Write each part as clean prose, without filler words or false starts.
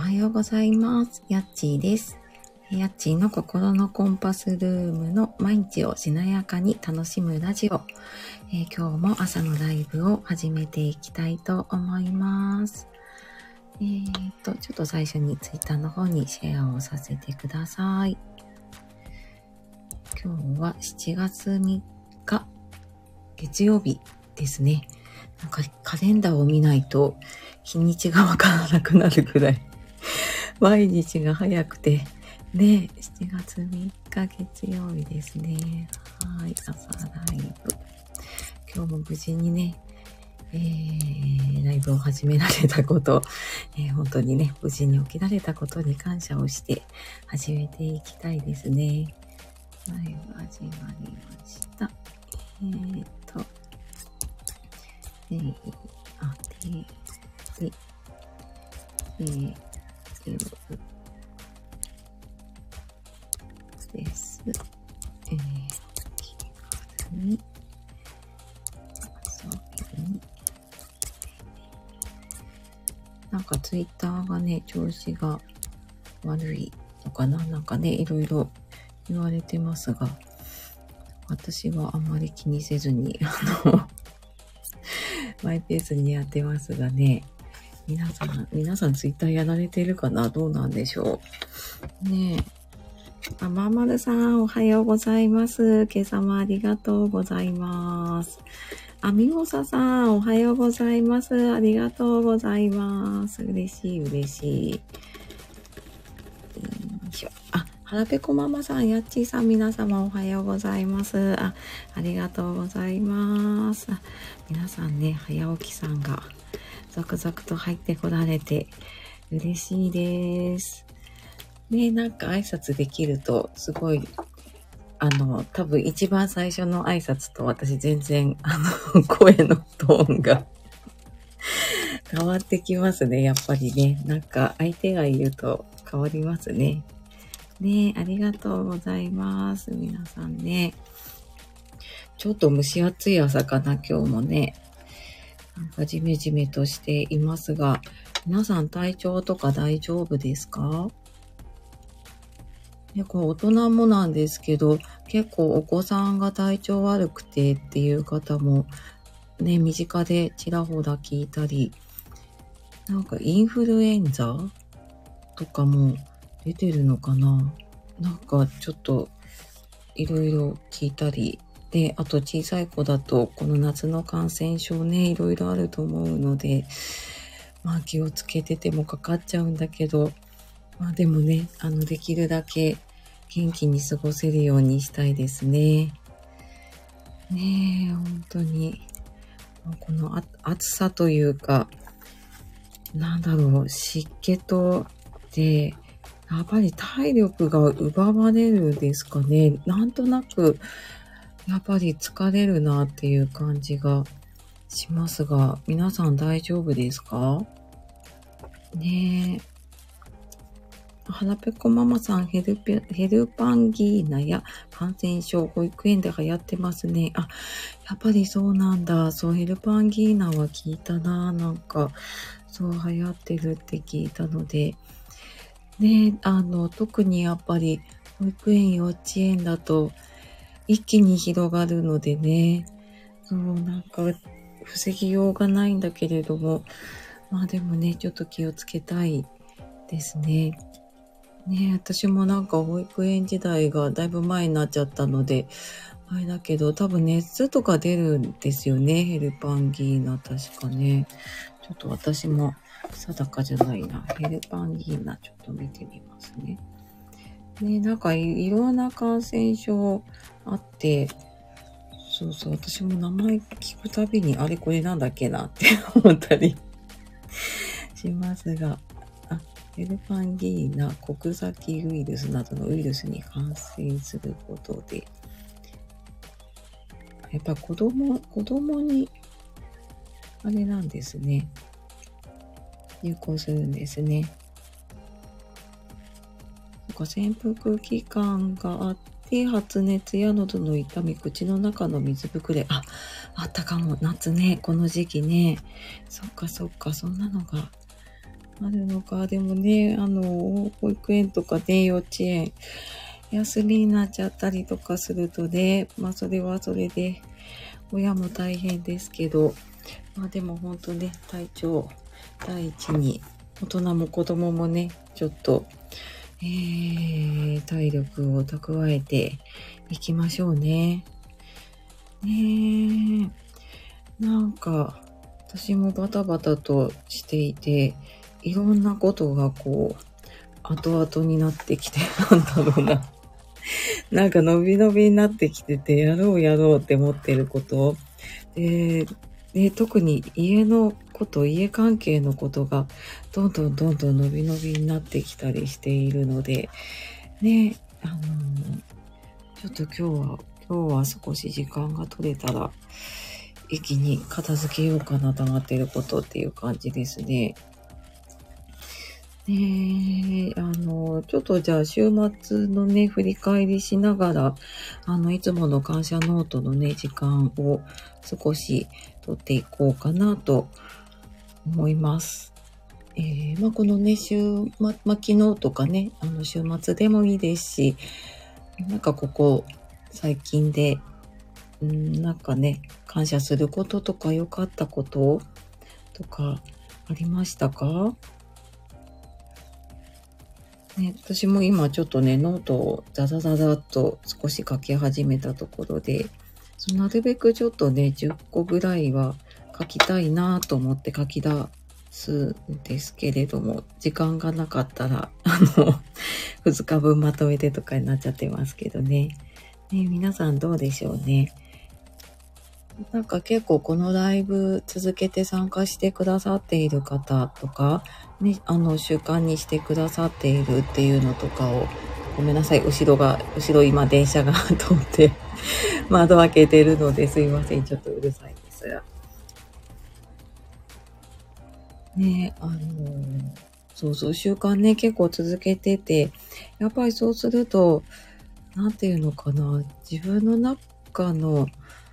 はようございます。やっちーです。やっちーの心のコンパスルームの毎日をしなやかに楽しむラジオ。今日も朝のライブを始めていきたいと思います。ちょっと最初にツイッターの方にシェアをさせてください。今日は7月3日月曜日ですね。なんかカレンダーを見ないと日にちがわからなくなるくらい毎日が早くてね、7月3日月曜日ですね。はい、朝ライブ。今日も無事にね、ライブを始められたこと、本当にね、無事に起きられたことに感謝をして始めていきたいですね。ライブ始まりました。です。なんかツイッターがね、調子が悪いのかな、なんかね、いろいろ言われてますが、私はあんまり気にせずに、マイペースにやってますがね、皆さんツイッターやられてるかな、どうなんでしょう。ねえ。まんまるさん、おはようございます。今朝もありがとうございます。みもささん、おはようございます。ありがとうございます。嬉しい、嬉しい。よいしょ。はらぺこママさん、やっちーさん、皆様おはようございます。ありがとうございます。皆さんね、早起きさんが続々と入ってこられて嬉しいです。ね、なんか挨拶できるとすごい、多分一番最初の挨拶と私全然、声のトーンが変わってきますね。やっぱりね。なんか相手がいると変わりますね。ね、ありがとうございます。皆さんね。ちょっと蒸し暑い朝かな、今日もね。なんかジメジメとしていますが、皆さん体調とか大丈夫ですか？これ大人もなんですけど、結構お子さんが体調悪くてっていう方もね、身近でちらほら聞いたり、なんかインフルエンザとかも出てるのかな？なんかちょっといろいろ聞いたり、で、あと小さい子だとこの夏の感染症ね、いろいろあると思うので、気をつけててもかかっちゃうんだけど、でもね、できるだけ元気に過ごせるようにしたいですね。ねえ、本当に。この暑さというか、なんだろう、湿気と、で、やっぱり体力が奪われるですかね。なんとなく、やっぱり疲れるなっていう感じがしますが、皆さん大丈夫ですか？ねえ。はらぺこママさん、ヘルパンギーナや感染症、保育園で流行ってますね。やっぱりそうなんだ。そう、ヘルパンギーナは聞いたな。なんか、そう流行ってるって聞いたので。ね、特にやっぱり、保育園、幼稚園だと、一気に広がるのでね。そう、なんか、防ぎようがないんだけれども、でもね、ちょっと気をつけたいですね。ねえ、私もなんか保育園時代がだいぶ前になっちゃったので、あれだけど、多分熱とか出るんですよね。ヘルパンギーナ、確かね。ちょっと私も定かじゃないな。ヘルパンギーナ、ちょっと見てみますね。ね、なんかいろんな感染症あって、そうそう、私も名前聞くたびに、あれこれなんだっけなって思ったりしますが、ヘルパンギーナ、コクザキウイルスなどのウイルスに感染することで、やっぱ子供に、あれなんですね。流行するんですね。潜伏期間があって、発熱や喉の痛み、口の中の水ぶくれ。あったかも。夏ね、この時期ね。そっか、そんなのがあるのか。でもね、保育園とかね、幼稚園、休みになっちゃったりとかするとね、まあそれはそれで、親も大変ですけど、まあでも本当ね、体調第一に、大人も子供もね、ちょっと、体力を蓄えていきましょうね。ねえ、なんか、私もバタバタとしていて、いろんなことがこう、後々になってきて、なんだろうな。なんか伸び伸びになってきてて、やろうやろうって思ってること。で、特に家のこと、家関係のことが、どんどんどんどん伸び伸びになってきたりしているので、ね、ちょっと今日は少し時間が取れたら、一気に片付けようかなと思っていることっていう感じですね。ちょっとじゃあ週末のね、振り返りしながら、いつもの感謝ノートのね、時間を少し取っていこうかなと思います。まあ、このね、昨日とかね、週末でもいいですし、なんかここ最近で、なんかね、感謝することとか良かったこととかありましたか？ね、私も今ちょっとね、ノートをザザザザっと少し書き始めたところで、なるべくちょっとね、10個ぐらいは書きたいなと思って書き出すんですけれども、時間がなかったら、2日分まとめてとかになっちゃってますけどね。ね、皆さんどうでしょうね。なんか結構このライブ続けて参加してくださっている方とか、ね、習慣にしてくださっているっていうのとかを、ごめんなさい、後ろ今電車が通って窓開けてるのですいません、ちょっとうるさいです。ね、そうそう、習慣ね、結構続けてて、やっぱりそうすると、なんていうのかな、自分の中の、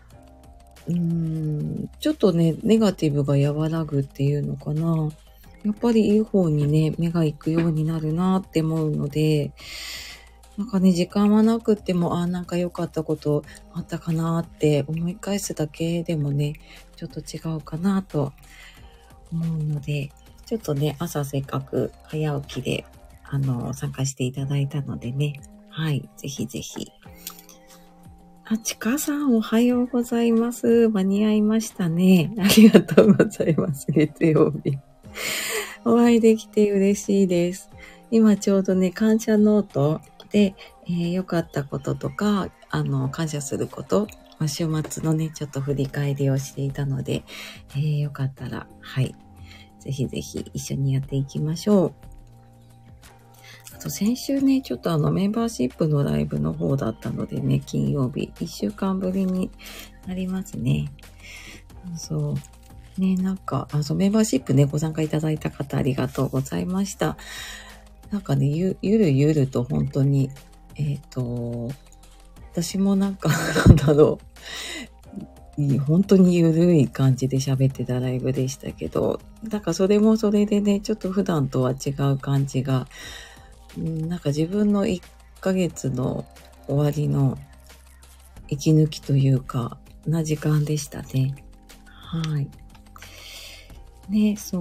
ちょっとね、ネガティブが和らぐっていうのかな。やっぱりいい方にね、目が行くようになるなって思うので、なんかね、時間はなくっても、なんか良かったことあったかなって思い返すだけでもね、ちょっと違うかなと思うので、ちょっとね、朝せっかく早起きで、参加していただいたのでね、はい、ぜひぜひ。ちかさんおはようございます。間に合いましたね。ありがとうございます。月曜日。お会いできて嬉しいです。今ちょうどね、感謝ノートで、良かったこととか、感謝すること、週末のね、ちょっと振り返りをしていたので、よかったら、はい。ぜひぜひ一緒にやっていきましょう。あと先週ね、ちょっとメンバーシップのライブの方だったのでね、金曜日、1週間ぶりになりますね。そう。ね、なんか、メンバーシップね、ご参加いただいた方ありがとうございました。なんかね、ゆると本当に、私もなんか、なんだろう。本当にゆるい感じで喋ってたライブでしたけど、なんかそれもそれでね、ちょっと普段とは違う感じが、なんか自分の1ヶ月の終わりの息抜きというか、な時間でしたね。はい。ね、そう、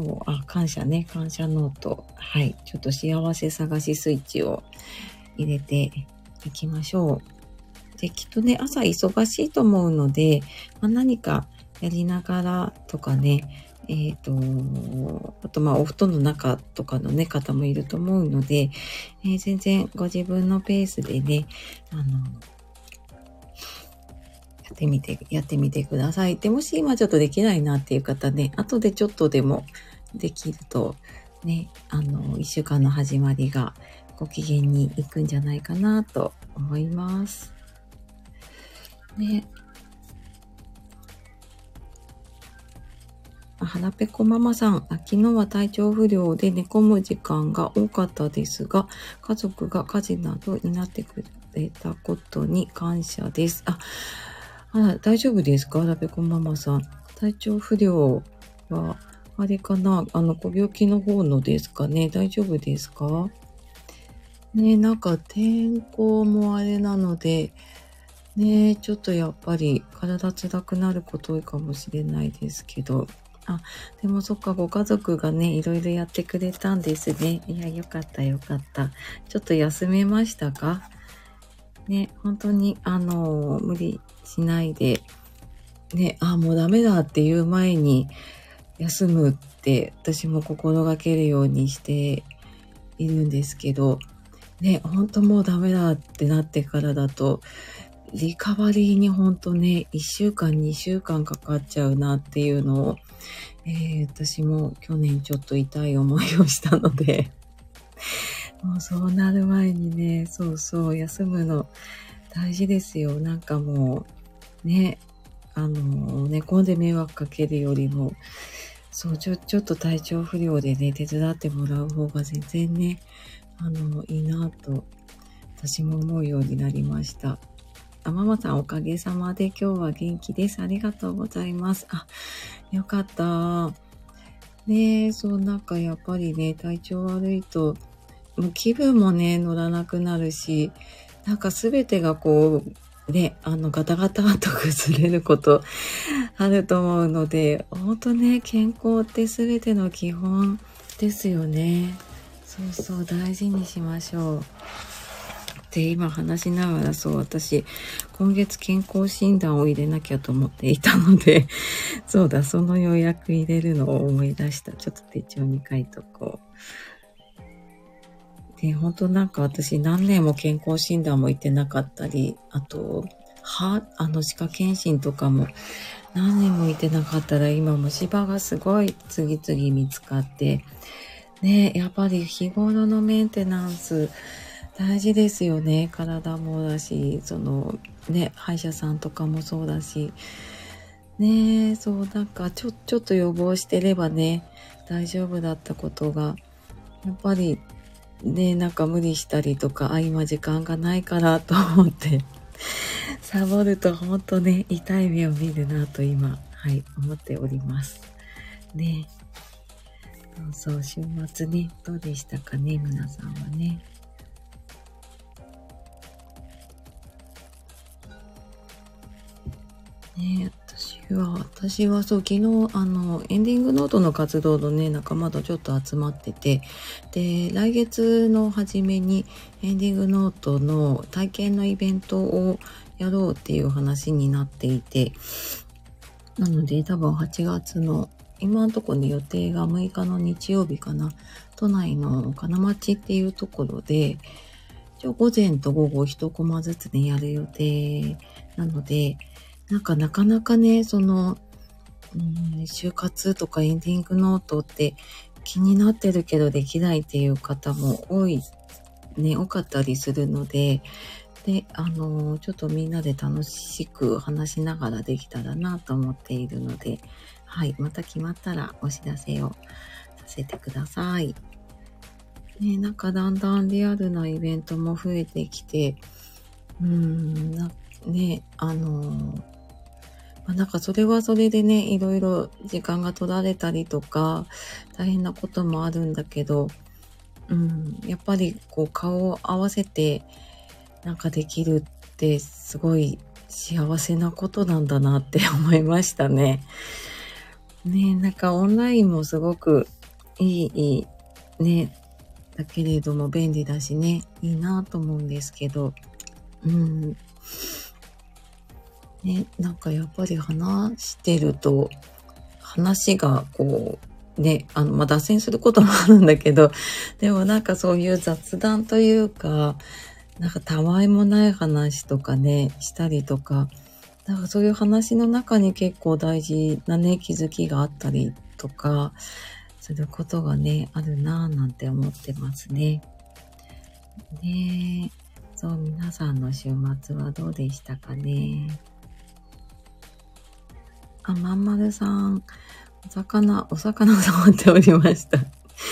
感謝ね、感謝ノート。はい。ちょっと幸せ探しスイッチを入れていきましょう。で、きっとね、朝忙しいと思うので、何かやりながらとかね、あとお布団の中とかのね、方もいると思うので、全然ご自分のペースでね、やってみてください。で、もし今ちょっとできないなっていう方ね、後でちょっとでもできると、ね、一週間の始まりがご機嫌にいくんじゃないかなと思います。ね。はらぺこママさん、昨日は体調不良で寝込む時間が多かったですが、家族が家事などになってくれたことに感謝です。大丈夫ですか？はらぺこママさん。体調不良はあれかな、ご病気の方のですかね。大丈夫ですかね。なんか天候もあれなので、ね、ちょっとやっぱり体辛くなること多いかもしれないですけど。あ、でもそっか、ご家族がね、いろいろやってくれたんですね。いや、よかったよかった。ちょっと休めましたかね、本当に、無理しないで、ね、もうダメだっていう前に休むって私も心がけるようにしているんですけど、ね、本当もうダメだってなってからだと、リカバリーに本当ね、1週間、2週間かかっちゃうなっていうのを、私も去年ちょっと痛い思いをしたので、もうそうなる前にね、そうそう、休むの大事ですよ。なんかもう、ね、寝込んで迷惑かけるよりも、そう、ちょっと体調不良でね、手伝ってもらう方が全然ね、いいなと、私も思うようになりました。ママさんおかげさまで今日は元気です。ありがとうございます。よかった。ねえ、そう、なんかやっぱりね、体調悪いと、もう気分もね、乗らなくなるし、なんかすべてがこう、ね、ガタガタと崩れることあると思うので、ほんとね、健康ってすべての基本ですよね。そうそう、大事にしましょう。で、今話しながら、そう、私、今月健康診断を入れなきゃと思っていたので、そうだ、その予約入れるのを思い出した。ちょっと手帳に書いとこう。で、本当なんか私何年も健康診断も行ってなかったり、あと、歯科検診とかも何年も行ってなかったら今虫歯がすごい次々見つかって、ね、やっぱり日頃のメンテナンス大事ですよね。体もだし、ね、歯医者さんとかもそうだし、ね、そう、なんかちょっと予防してればね、大丈夫だったことが、やっぱりね、なんか無理したりとか、今時間がないからと思って、サボるとほんとね、痛い目を見るなと今、はい、思っております。ね。そう、週末ね、どうでしたかね、皆さんはね。ね、私はそう、昨日、エンディングノートの活動のね、仲間とちょっと集まってて、で、来月の初めにエンディングノートの体験のイベントをやろうっていう話になっていて、なので多分8月の、今のところね、予定が6日の日曜日かな、都内の金町っていうところで、午前と午後1コマずつね、やる予定なので、なかなかね、就活とかエンディングノートって気になってるけどできないっていう方も多かったりするので、で、ちょっとみんなで楽しく話しながらできたらなと思っているので、はい、また決まったらお知らせをさせてください。ね、なんかだんだんリアルなイベントも増えてきて、なんかそれはそれでね、いろいろ時間が取られたりとか、大変なこともあるんだけど、やっぱりこう顔を合わせてなんかできるってすごい幸せなことなんだなって思いましたね。ね、なんかオンラインもすごくいいね、だけれども便利だしね、いいなと思うんですけど、ね、なんかやっぱり話してると、話がこう、ね、脱線することもあるんだけど、でもなんかそういう雑談というか、なんかたわいもない話とかね、したりとか、なんかそういう話の中に結構大事なね、気づきがあったりとか、することがね、あるなぁなんて思ってますね。ねえ、そう、皆さんの週末はどうでしたかね。まんまるさん、お魚触っておりました。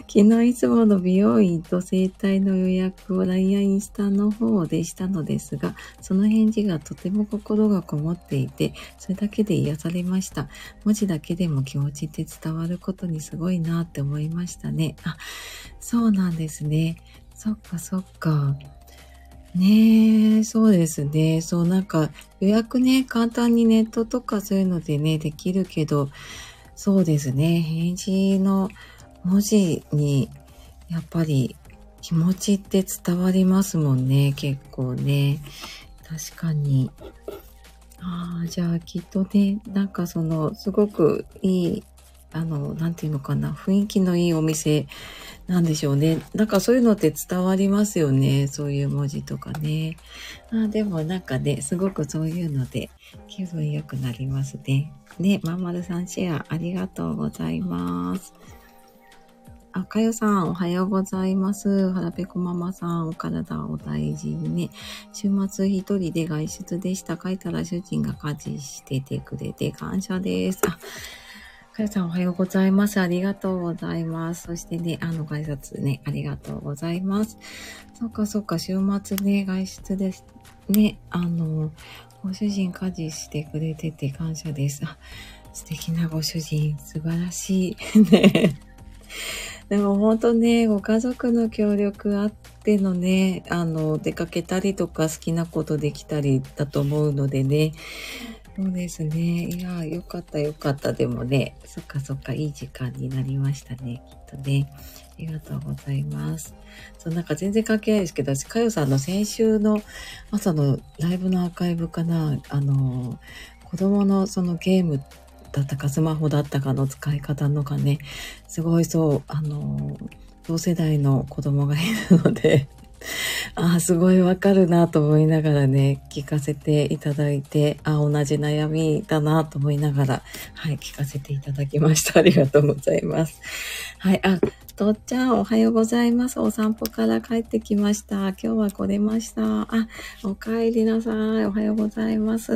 昨日いつもの美容院と整体の予約を LINE やインスタの方でしたのですが、その返事がとても心がこもっていて、それだけで癒されました。文字だけでも気持ちって伝わることにすごいなって思いましたね。あ、そうなんですね。そっかそっか。ねえ、そうですね。そうなんか予約ね、簡単にネットとかそういうのでね、できるけど、そうですね。返事の文字にやっぱり気持ちって伝わりますもんね、結構ね。確かに。ああ、じゃあきっとね、なんかすごくいい、なんていうのかな、雰囲気のいいお店なんでしょうね。なんかそういうのって伝わりますよね。そういう文字とかね。でもなんかね、すごくそういうので気分良くなりますね。ね、まんまるさんシェアありがとうございます。かよさん、おはようございます。はらぺこママさん、お体を大事にね。週末一人で外出でした。書いたら主人が家事しててくれて感謝です。かよさん、おはようございます。ありがとうございます。そしてね、ご挨拶ね、ありがとうございます。そっかそっか、週末ね、外出です。ね、ご主人家事してくれてて感謝です。素敵なご主人、素晴らしい。ね。でも本当ね、ご家族の協力あってのね、出かけたりとか好きなことできたりだと思うのでね。そうですね。いや、よかったよかった。でもね、そっかそっか、いい時間になりましたね、きっとね。ありがとうございます。そう、なんか全然関係ないですけど、私、かよさんの先週の朝のライブのアーカイブかな、子供のそのゲームだったかスマホだったかの使い方のかね、すごいそう、同世代の子供がいるので、すごいわかるなと思いながらね、聞かせていただいて、同じ悩みだなと思いながら、はい、聞かせていただきました。ありがとうございます。はい、とっちゃん、おはようございます。お散歩から帰ってきました。今日は来れました。お帰りなさい。おはようございます。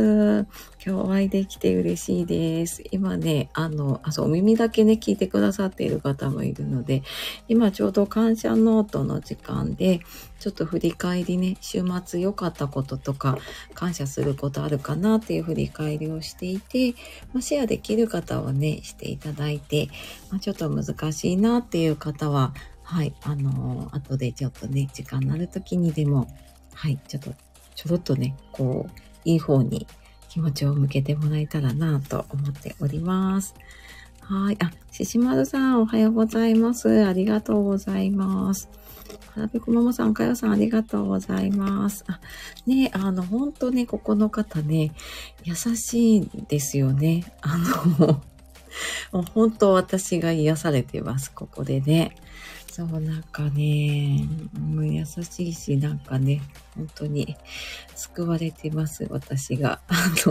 今日お会いできて嬉しいです。今ね、そう、お耳だけね、聞いてくださっている方もいるので、今ちょうど感謝ノートの時間で、ちょっと振り返りね、週末良かったこととか、感謝することあるかなっていう振り返りをしていて、シェアできる方はね、していただいて、ちょっと難しいなっていう方は、はい、後でちょっとね、時間のある時にでも、はい、ちょろっとね、こう、いい方に気持ちを向けてもらえたらなと思っております。はい。ししまるさん、おはようございます。ありがとうございます。はらぺこももさん、かよさん、ありがとうございます。ね、ほんとね、ここの方ね、優しいんですよね。もう本当私が癒されてます、ここでね。そう、なんかね、もう優しいし、なんかね、本当に救われてます、私が。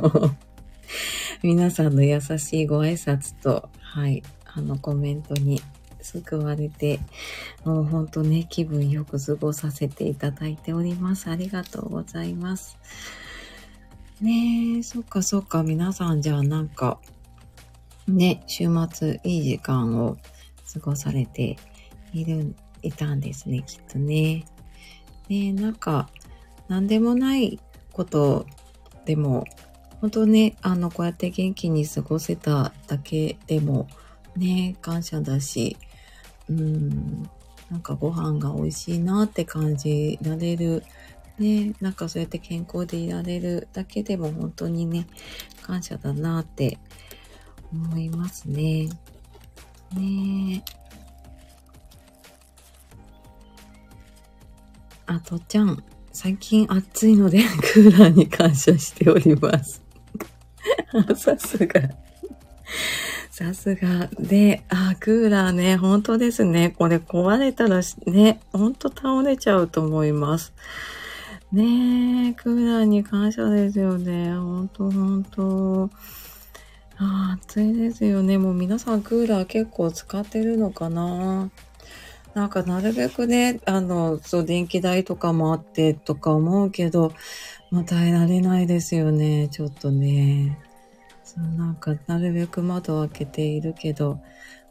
皆さんの優しいご挨拶と、はい、コメントに救われて、もうほんとね、気分よく過ごさせていただいております。ありがとうございます。ねえ、そっかそっか、皆さんじゃあなんか、ね、週末いい時間を過ごされていたんですね、きっとね。ね、なんか、なんでもないことでも、本当ね、こうやって元気に過ごせただけでも、ね、感謝だし、なんかご飯が美味しいなって感じられる。ね、なんかそうやって健康でいられるだけでも本当にね、感謝だなって思いますね。ねえ。とっちゃん、最近暑いのでクーラーに感謝しております。さすが。さすが。で、クーラーね、本当ですね。これ壊れたらね、本当倒れちゃうと思います。ねえ、クーラーに感謝ですよね。本当。暑いですよね。もう皆さんクーラー結構使ってるのかな。なんかなるべくね、そう、電気代とかもあってとか思うけど、耐えられないですよね。ちょっとね。そう、なんかなるべく窓を開けているけど、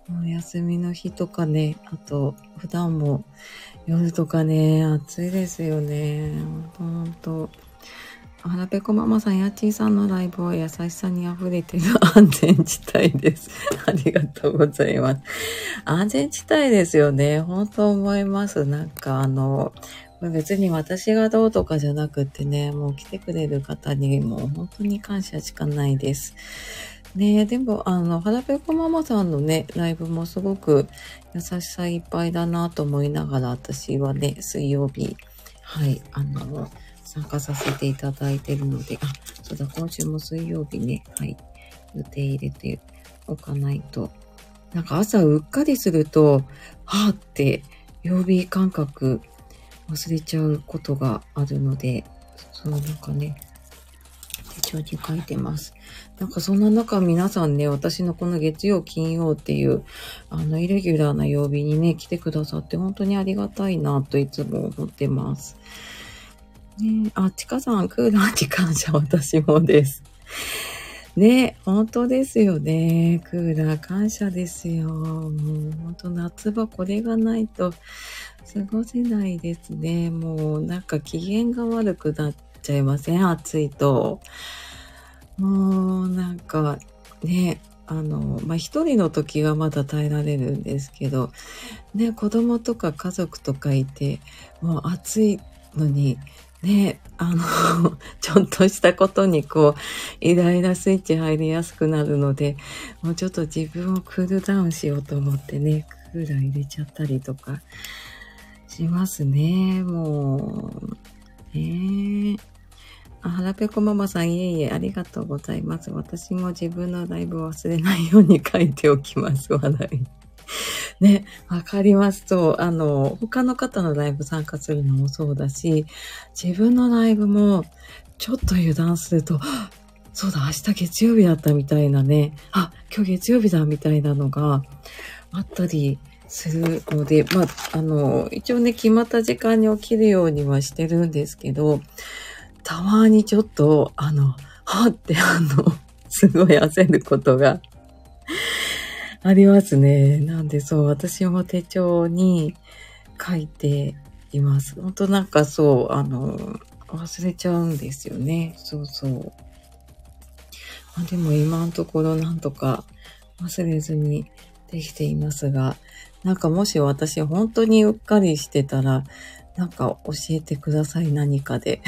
お休みの日とかね、あと、普段も夜とかね、暑いですよね。ほんと。はらぺこママさん、やっちーさんのライブは優しさに溢れてる安全地帯です。ありがとうございます。安全地帯ですよね。本当思います。なんか別に私がどうとかじゃなくってね、もう来てくれる方にも本当に感謝しかないです。ねえ、でも、はらぺこママさんのね、ライブもすごく優しさいっぱいだなと思いながら、私はね、水曜日、はい、参加させていただいているので、そうだ、今週も水曜日ね、はい、予定入れておかないと。なんか朝うっかりすると、はぁって、曜日感覚忘れちゃうことがあるので、そう、なんかね、手帳に書いてます。なんかそんな中皆さんね、私のこの月曜、金曜っていう、イレギュラーな曜日にね、来てくださって本当にありがたいなといつも思ってます。ねえ、ちかさん、クーラーに感謝、私もです。ね、本当ですよね。クーラー感謝ですよ。もう本当夏場これがないと過ごせないですね。もうなんか機嫌が悪くなっちゃいません？暑いと。もうなんかね、一人の時はまだ耐えられるんですけど、ね、子供とか家族とかいて、もう暑いのに、ね、ちょっとしたことにイライラスイッチ入りやすくなるので、もうちょっと自分をクールダウンしようと思ってね、クーラー入れちゃったりとかしますね、もう。はらぺこママさん、いえいえ、ありがとうございます。私も自分のライブを忘れないように書いておきます。話題。ね、わかります。そう、他の方のライブ参加するのもそうだし、自分のライブも、ちょっと油断すると、そうだ、明日月曜日だったみたいなね、今日月曜日だみたいなのがあったりするので、一応ね、決まった時間に起きるようにはしてるんですけど、たまにちょっと、はってすごい焦ることがありますね。なんでそう、私も手帳に書いています。本当なんかそう、忘れちゃうんですよね。そうそう。でも今のところなんとか忘れずにできていますが、なんかもし私本当にうっかりしてたら、なんか教えてください、何かで。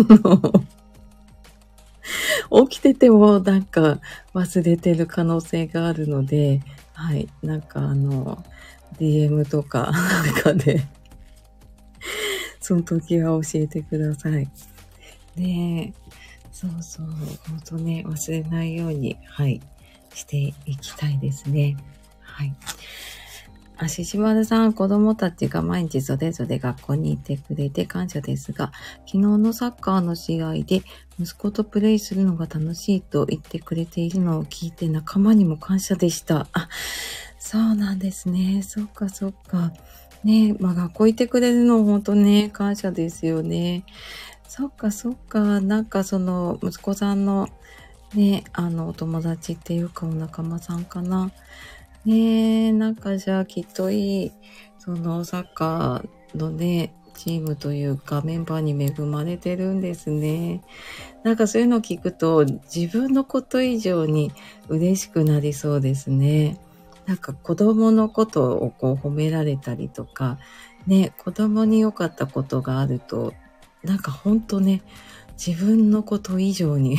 起きててもなんか忘れてる可能性があるので、はい、なんかDM とかなんかで、その時は教えてください。ねえ、そうそう、ほんとね、忘れないように、はい、していきたいですね。はい。ししまるさん、子供たちが毎日それぞれ学校に行ってくれて感謝ですが、昨日のサッカーの試合で息子とプレイするのが楽しいと言ってくれているのを聞いて仲間にも感謝でした。そうなんですね。そっかそっか。ね、学校行ってくれるの本当ね、感謝ですよね。そっかそっか。なんかその息子さんのね、お友達っていうかお仲間さんかな。ねえ、なんかじゃあきっといい、そのサッカーのね、チームというかメンバーに恵まれてるんですね。なんかそういうのを聞くと自分のこと以上に嬉しくなりそうですね。なんか子供のことを褒められたりとか、ね、子供に良かったことがあると、なんかほんとね、自分のこと以上に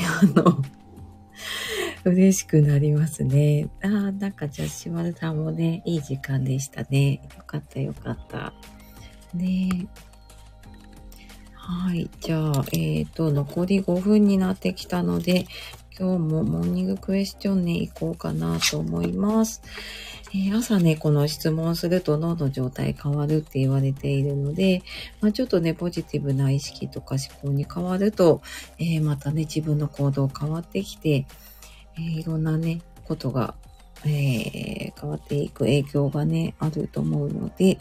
嬉しくなりますね。なんかじゃあ、しまるさんもね、いい時間でしたね。よかったよかった。ね。はい。じゃあ、残り5分になってきたので、今日もモーニングクエスチョンね、行こうかなと思います。朝ね、この質問すると脳の状態変わるって言われているので、ちょっとね、ポジティブな意識とか思考に変わると、またね、自分の行動変わってきて、いろんなね、ことが、変わっていく影響がね、あると思うので、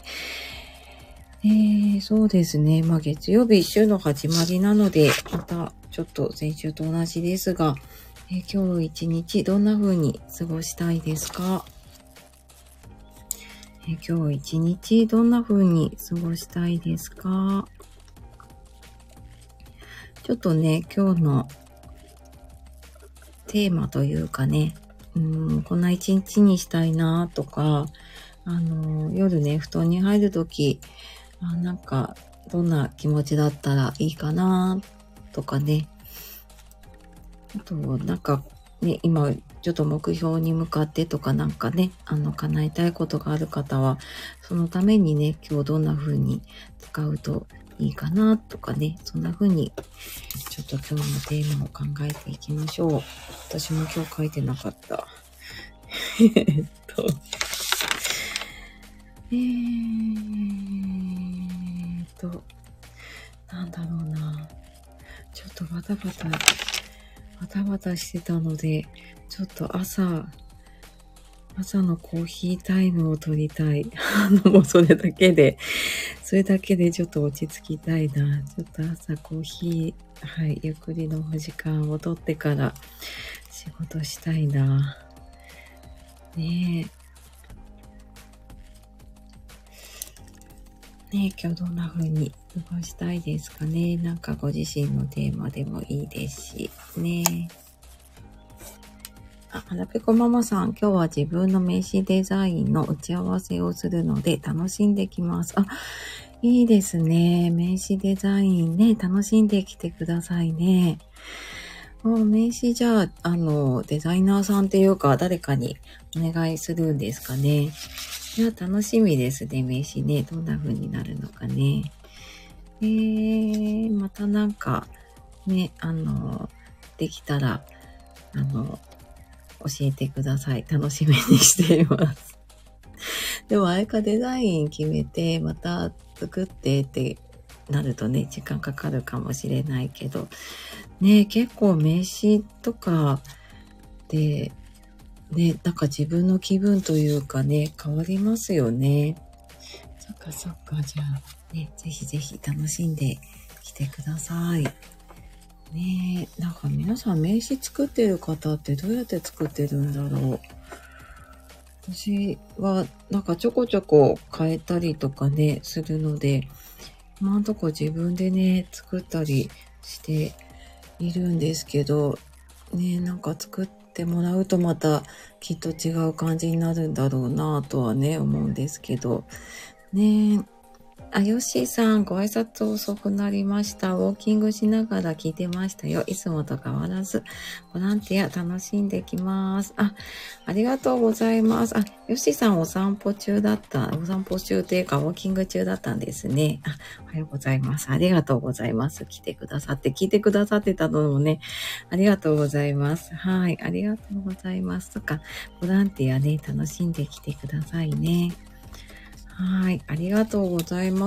そうですね。月曜日週の始まりなので、またちょっと先週と同じですが、今日一日どんな風に過ごしたいですか？ 今日一日どんな風に過ごしたいですか？ちょっとね、今日のテーマというかね、こんな一日にしたいなとか、夜ね、布団に入るとき、なんか、どんな気持ちだったらいいかなとかね。あと、なんか、ね、今、ちょっと目標に向かってとかなんかね、叶えたいことがある方は、そのためにね、今日どんな風に使うといいかなとかね、そんな風に、ちょっと今日のテーマを考えていきましょう。私も今日書いてなかった。なんだろうな。ちょっとバタバタしてたので、ちょっと朝のコーヒータイムを取りたい。もうそれだけでちょっと落ち着きたいな。ちょっと朝コーヒー、ゆっくり飲む時間を取ってから仕事したいな。ねえ、今日どんな風に過ごしたいですかね。なんかご自身のテーマでもいいですし、ね。はぺこママさん、今日は自分の名刺デザインの打ち合わせをするので楽しんできます。いいですね。名刺デザインね、楽しんできてくださいね。名刺じゃあ、デザイナーさんっていうか、誰かにお願いするんですかね。いや、楽しみですね、名刺ね。どんな風になるのかね。またなんか、ね、できたら、教えてください。楽しみにしています。でもあれかデザイン決めて、また作ってってなるとね、時間かかるかもしれないけど、ね、結構名刺とかで、ね、なんか自分の気分というかね、変わりますよね。そっか、じゃあ、ね、ぜひぜひ楽しんできてください。ねえ、なんか皆さん名刺作ってる方ってどうやって作ってるんだろう。私はなんかちょこちょこ変えたりとかね、するので、今のとこ自分でね、作ったりしているんですけど、ね、なんか作ってもらうとまたきっと違う感じになるんだろうなとはね、思うんですけど、ね。ヨッシーさん、ご挨拶遅くなりました。ウォーキングしながら聞いてましたよ。いつもと変わらず、ボランティア楽しんできます。ありがとうございます。ヨッシーさんお散歩中っていうか、ウォーキング中だったんですね。おはようございます。ありがとうございます。聞いてくださってたのもね、ありがとうございます。はい、ありがとうございます。ボランティアね、楽しんできてくださいね。はい、ありがとうございます。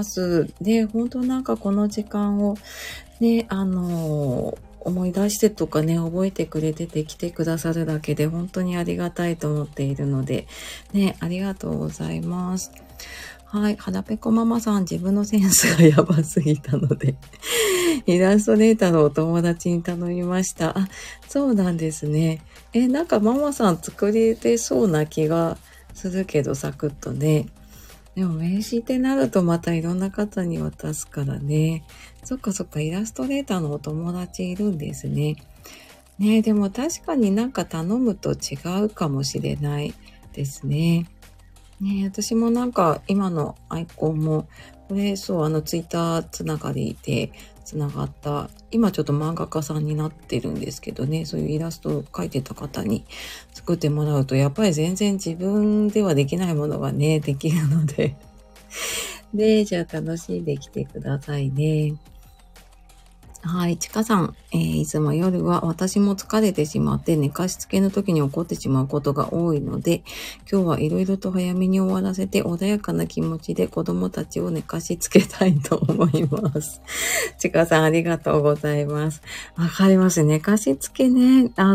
で、本当なんかこの時間をね、思い出してとかね、覚えてくれてて来てくださるだけで本当にありがたいと思っているので、ね、ありがとうございます。はい、はなぺこママさん、自分のセンスがやばすぎたので、イラストレーターのお友達に頼みました。そうなんですね。なんかママさん作れてそうな気がするけど、サクッとね。でも名刺ってなるとまたいろんな方に渡すからね。そっか、イラストレーターのお友達いるんですね。ね、でも確かになんか頼むと違うかもしれないですね。ね、私もなんか今のアイコンも、これツイッターつながりでつながった、今ちょっと漫画家さんになってるんですけどね、そういうイラストを描いてた方に作ってもらうと、やっぱり全然自分ではできないものがね、できるので。で、じゃあ楽しんできてくださいね。はい、ちかさん、いつも夜は私も疲れてしまって寝かしつけの時に起こってしまうことが多いので、今日はいろいろと早めに終わらせて穏やかな気持ちで子供たちを寝かしつけたいと思います。ちかさんありがとうございます。わかります。寝かしつけね、起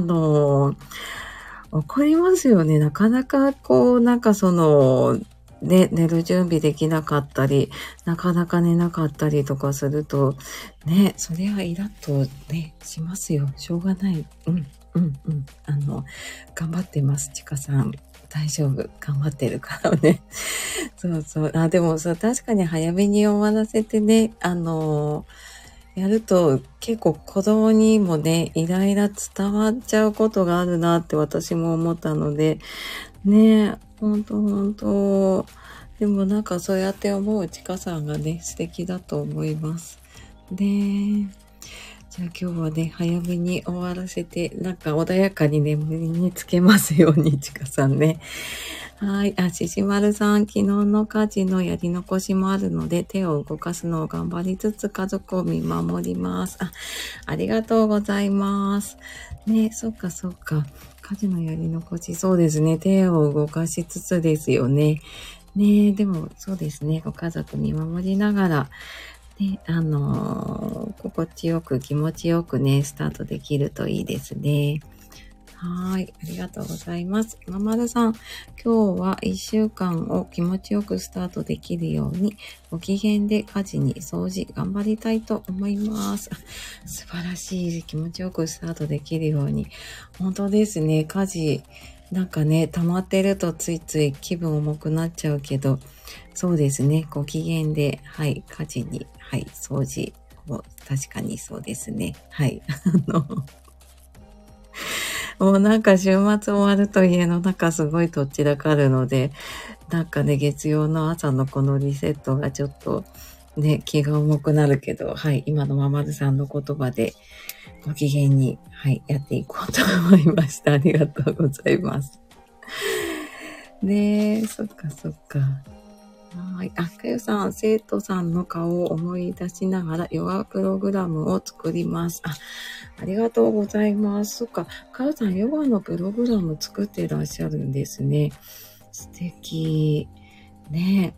こりますよね。なかなか寝る準備できなかったり、なかなか寝なかったりとかすると、ね、それはイラッとね、しますよ。しょうがない。頑張ってます、ちかさん。大丈夫。頑張ってるからね。 そうそう。でもそう、確かに早めに終わらせてね、やると結構子供にもね、イライラ伝わっちゃうことがあるなって私も思ったので、ね、ほんとほんと。でもなんかそうやって思うちかさんがね、素敵だと思います。じゃあ今日はね、早めに終わらせて、なんか穏やかに眠りにつけますように、ちかさんね。はい。ししまるさん、昨日の家事のやり残しもあるので、手を動かすのを頑張りつつ家族を見守ります。ありがとうございます。ね、そっかそっか。家事のやり残し、そうですね。手を動かしつつですよね。ね、でもそうですね。ご家族見守りながら、ね、心地よく気持ちよくね、スタートできるといいですね。はい。ありがとうございます。ままるさん、今日は1週間を気持ちよくスタートできるように、ご機嫌で家事に掃除頑張りたいと思います。素晴らしい。気持ちよくスタートできるように。本当ですね。家事、なんかね、溜まってるとついつい気分重くなっちゃうけど、そうですね。ご機嫌で、はい、家事に、はい、掃除を、確かにそうですね。はい。もうなんか週末終わると家の中すごいとっちらかるので、なんかね、月曜の朝のこのリセットがちょっとね、気が重くなるけど、はい、今のままるさんの言葉でご機嫌に、はい、やっていこうと思いました。ありがとうございます。ねえ、そっかそっか。はい。かよさん、生徒さんの顔を思い出しながらヨガプログラムを作ります。ありがとうございます。そっか。かよさん、ヨガのプログラム作ってらっしゃるんですね。素敵。ね。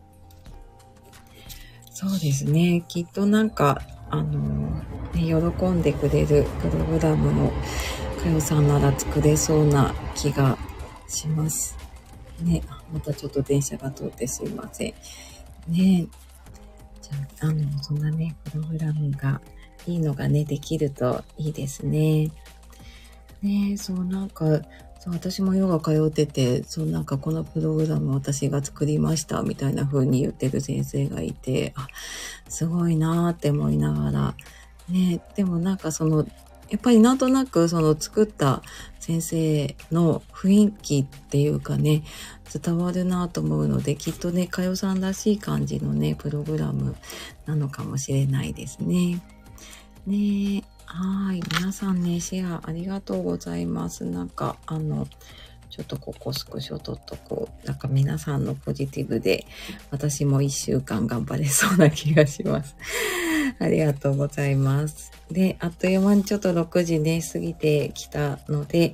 そうですね。きっとなんか、ね、喜んでくれるプログラムをかよさんなら作れそうな気がします。ね。またちょっと電車が通ってすいません。ね。じゃあ、そんなね、プログラムがいいのがね、できるといいですね。ね、そうなんか、そう、私もヨガ通ってて、そうなんかこのプログラム私が作りましたみたいな風に言ってる先生がいて、すごいなーって思いながら、ね、でもなんかやっぱりなんとなくその作った先生の雰囲気っていうかね、伝わるなと思うので、きっとね、かよさんらしい感じのね、プログラムなのかもしれないですね。ねえ、はい。皆さんね、シェアありがとうございます。なんか、ちょっとここスクショ撮っとこう。なんか皆さんのポジティブで、私も一週間頑張れそうな気がします。ありがとうございます。で、あっという間にちょっと6時ね、過ぎてきたので、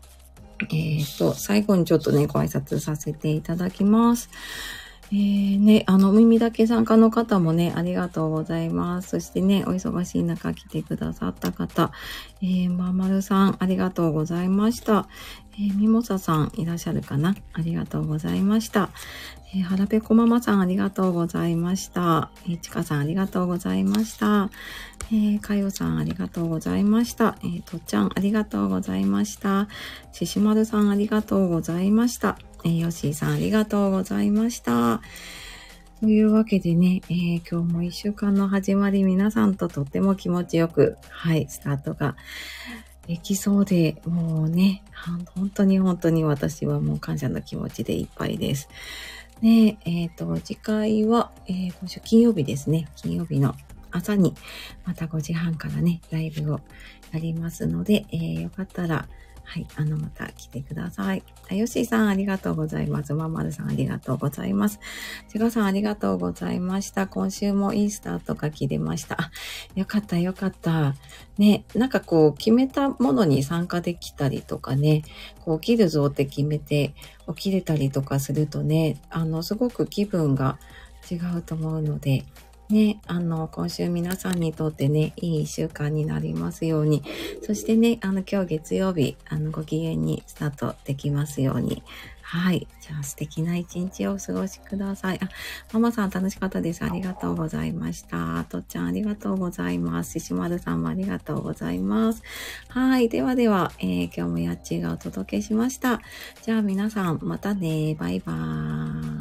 最後にちょっとね、ご挨拶させていただきます。ね、お耳だけ参加の方もね、ありがとうございます。そしてね、お忙しい中来てくださった方、ままるさん、ありがとうございました。みもささん、いらっしゃるかな？ありがとうございました。はらぺこママさん、ありがとうございました。ちかさん、ありがとうございました。かよさん、ありがとうございました。とっちゃん、ありがとうございました。ししまるさん、ありがとうございました。よしーさん、ありがとうございました。というわけでね、今日も一週間の始まり、皆さんととっても気持ちよく、はい、スタートができそうで、もうね、本当に本当に私はもう感謝の気持ちでいっぱいです。で、次回は、今週金曜日ですね。金曜日の朝に、また5時半からね、ライブをやりますので、よかったら、はい、また来てください。よしーさん、ありがとうございます。まんまるさん、ありがとうございます。ちがさん、ありがとうございました。今週もいいスタートが切れました。よかった、よかった。ね、なんかこう、決めたものに参加できたりとかね、こう、起きるぞって決めて、起きれたりとかするとね、すごく気分が違うと思うので、ね、今週皆さんにとってね、いい一週間になりますように。そしてね、今日月曜日、ご機嫌にスタートできますように。はい。じゃあ素敵な一日をお過ごしください。ママさん楽しかったです。ありがとうございました。とっちゃんありがとうございます。ししまるさんもありがとうございます。はい。ではでは、今日もやっちーがお届けしました。じゃあ皆さん、またね。バイバーイ。